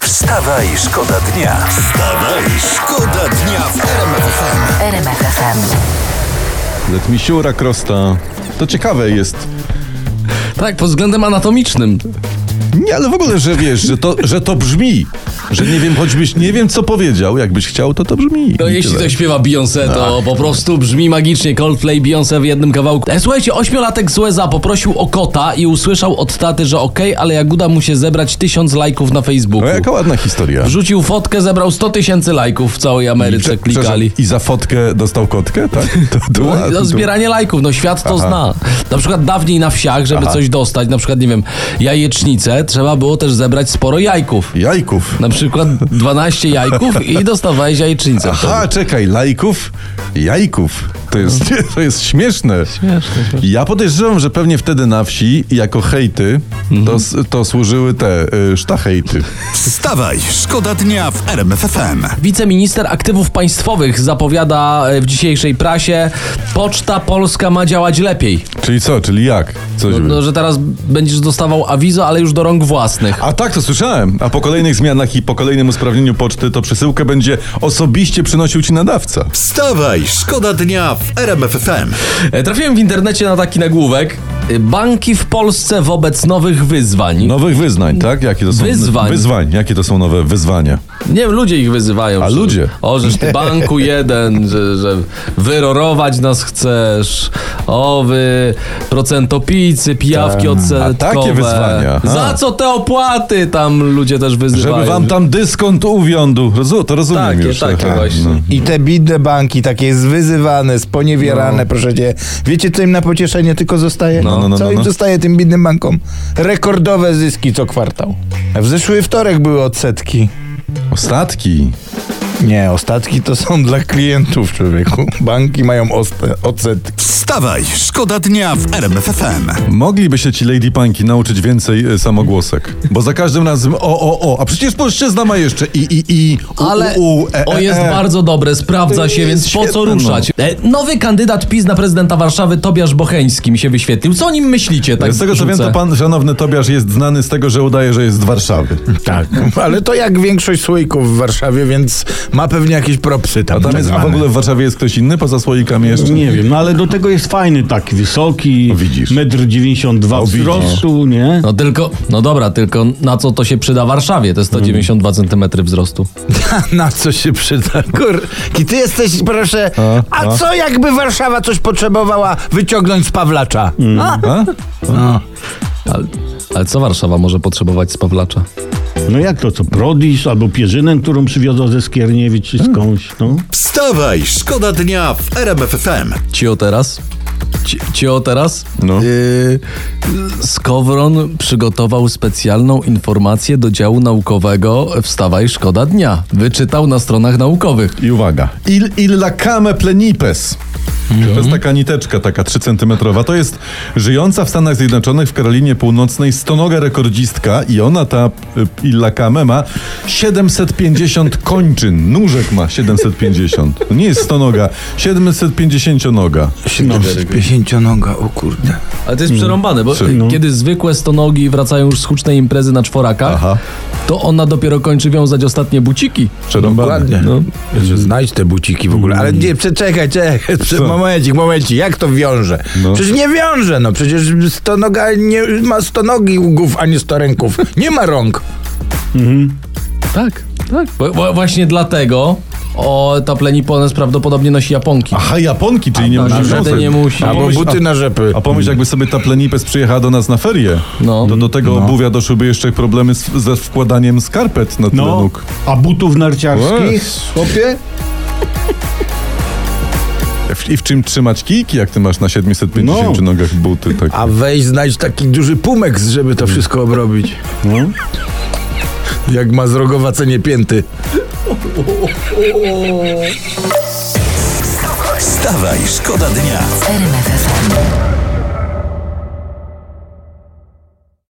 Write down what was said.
Wstawaj, szkoda dnia. Wstawaj, szkoda dnia w RMF FM. RMF FM. Let me siura krosta. To ciekawe jest. Tak, pod względem anatomicznym. Nie, ale w ogóle, że wiesz, że to brzmi. Że nie wiem, choćbyś nie wiem, co powiedział. Jakbyś chciał, to brzmi. No jeśli to śpiewa Beyoncé, to po prostu brzmi magicznie. Coldplay, Beyoncé w jednym kawałku. Słuchajcie, 8-latek z USA poprosił o kota i usłyszał od taty, że okej, ale jak uda mu się zebrać 1000 lajków na Facebooku. No jaka ładna historia. Wrzucił fotkę, zebrał 100 000 lajków w całej Ameryce, klikali. I za fotkę dostał kotkę, tak? No, zbieranie lajków, no świat to zna. Na przykład dawniej na wsiach, żeby coś dostać, na przykład, nie wiem, jajecznicę, trzeba było też zebrać sporo jajków. Jajków. Na przykład 12 jajków i dostawałeś jajecznicę. Aha, czekaj, lajków, jajków. To jest śmieszne. Ja podejrzewam, że pewnie wtedy na wsi jako hejty to służyły te sztachejty. Wstawaj, szkoda dnia w RMF FM. Wiceminister aktywów państwowych zapowiada w dzisiejszej prasie: Poczta Polska ma działać lepiej. Czyli co? Czyli jak? No, że teraz będziesz dostawał awizo, ale już do rąk własnych. A tak, to słyszałem. A po kolejnych zmianach i po kolejnym usprawnieniu poczty to przesyłkę będzie osobiście przynosił ci nadawca. Wstawaj, szkoda dnia w RMF FM. Trafiłem w internecie na taki nagłówek: banki w Polsce wobec nowych wyzwań. Nowych wyznań, tak? Jakie to są? Wyzwań. Jakie to są nowe wyzwania? Nie wiem, ludzie ich wyzywają. A ludzie? O, żeż ty banku jeden, że wyrorować nas chcesz. O, wy procentopicy, pijawki odsetkowe. A takie wyzwania. Za co te opłaty tam ludzie też wyzywają? Żeby wam tam dyskont uwiądł. To rozumiem już. Takie właśnie. No. I te bidne banki, takie zwyzywane, sponiewierane, proszę cię. Wiecie, co im na pocieszenie tylko zostaje? Co im zostaje, tym bidnym bankom? Rekordowe zyski co kwartał. W zeszły wtorek były odsetki. Ostatki. Nie, ostatki to są dla klientów, człowieku. Banki mają odsetki. Wstawaj, szkoda dnia w RMF FM. Mogliby się ci Lady Punki nauczyć więcej samogłosek. Bo za każdym razem a przecież polszczyzna ma jeszcze Ale jest bardzo dobre, sprawdza się, więc po co ruszać? Nowy kandydat PiS na prezydenta Warszawy, Tobiasz Bocheński, mi się wyświetlił. Co o nim myślicie? Tak z tego co wiem, to pan szanowny Tobiasz jest znany z tego, że udaje, że jest z Warszawy. Tak, ale to jak większość słoików w Warszawie, więc ma pewnie jakieś propsy tam. A w ogóle w Warszawie jest ktoś inny poza słoikami jeszcze? Nie wiem, no ale do tego jest fajny, taki wysoki, 1,92 m wzrostu, nie? No dobra, tylko na co to się przyda Warszawie, te 192 cm wzrostu? Na co się przyda? Ty jesteś, proszę, a co jakby Warszawa coś potrzebowała wyciągnąć z Pawlacza? Ale co Warszawa może potrzebować z Pawlacza? No jak to, co Prodis albo pierzynę, którą przywiozła ze Skierniewic czy skądś, no. Wstawaj, szkoda dnia w RMF FM. Cio teraz? No. Skowron przygotował specjalną informację do działu naukowego Wstawaj, szkoda dnia. Wyczytał na stronach naukowych. I uwaga. Illa came plenipes. To jest taka niteczka, taka 3 centymetrowa. To jest żyjąca w Stanach Zjednoczonych w Karolinie Północnej stonoga rekordzistka i ona, ta Illa came, ma 750 kończyn. Nóżek ma 750. To nie jest stonoga, 750-noga. 50-noga, o kurde. Ale to jest przerąbane, bo kiedy zwykłe stonogi wracają już z hucznej imprezy na czworakach, to ona dopiero kończy wiązać ostatnie buciki. Przerąbane. Ładnie. No. Znajdź te buciki w ogóle. Ale nie, czekaj. Momencik, jak to wiąże? Przecież nie wiąże, przecież stonoga nie ma 100 nogi ługów, a nie 100 ręków. Nie ma rąk. Tak. Właśnie dlatego ta plenipones prawdopodobnie nosi japonki. Aha, japonki, czyli nie musi wtedy nie musi. Albo buty na rzepy. A pomyśl, jakby sobie ta plenipes przyjechała do nas na ferie, to do tego obuwia doszłyby jeszcze problemy ze wkładaniem skarpet na tyle nóg. A butów narciarskich, chłopie? I w czym trzymać kijki, jak ty masz na 750 nogach buty? Tak. A weź znajdź taki duży pumeks, żeby to wszystko obrobić. Jak ma zrogowacenie pięty. Wstawaj, szkoda dnia. RMF FM.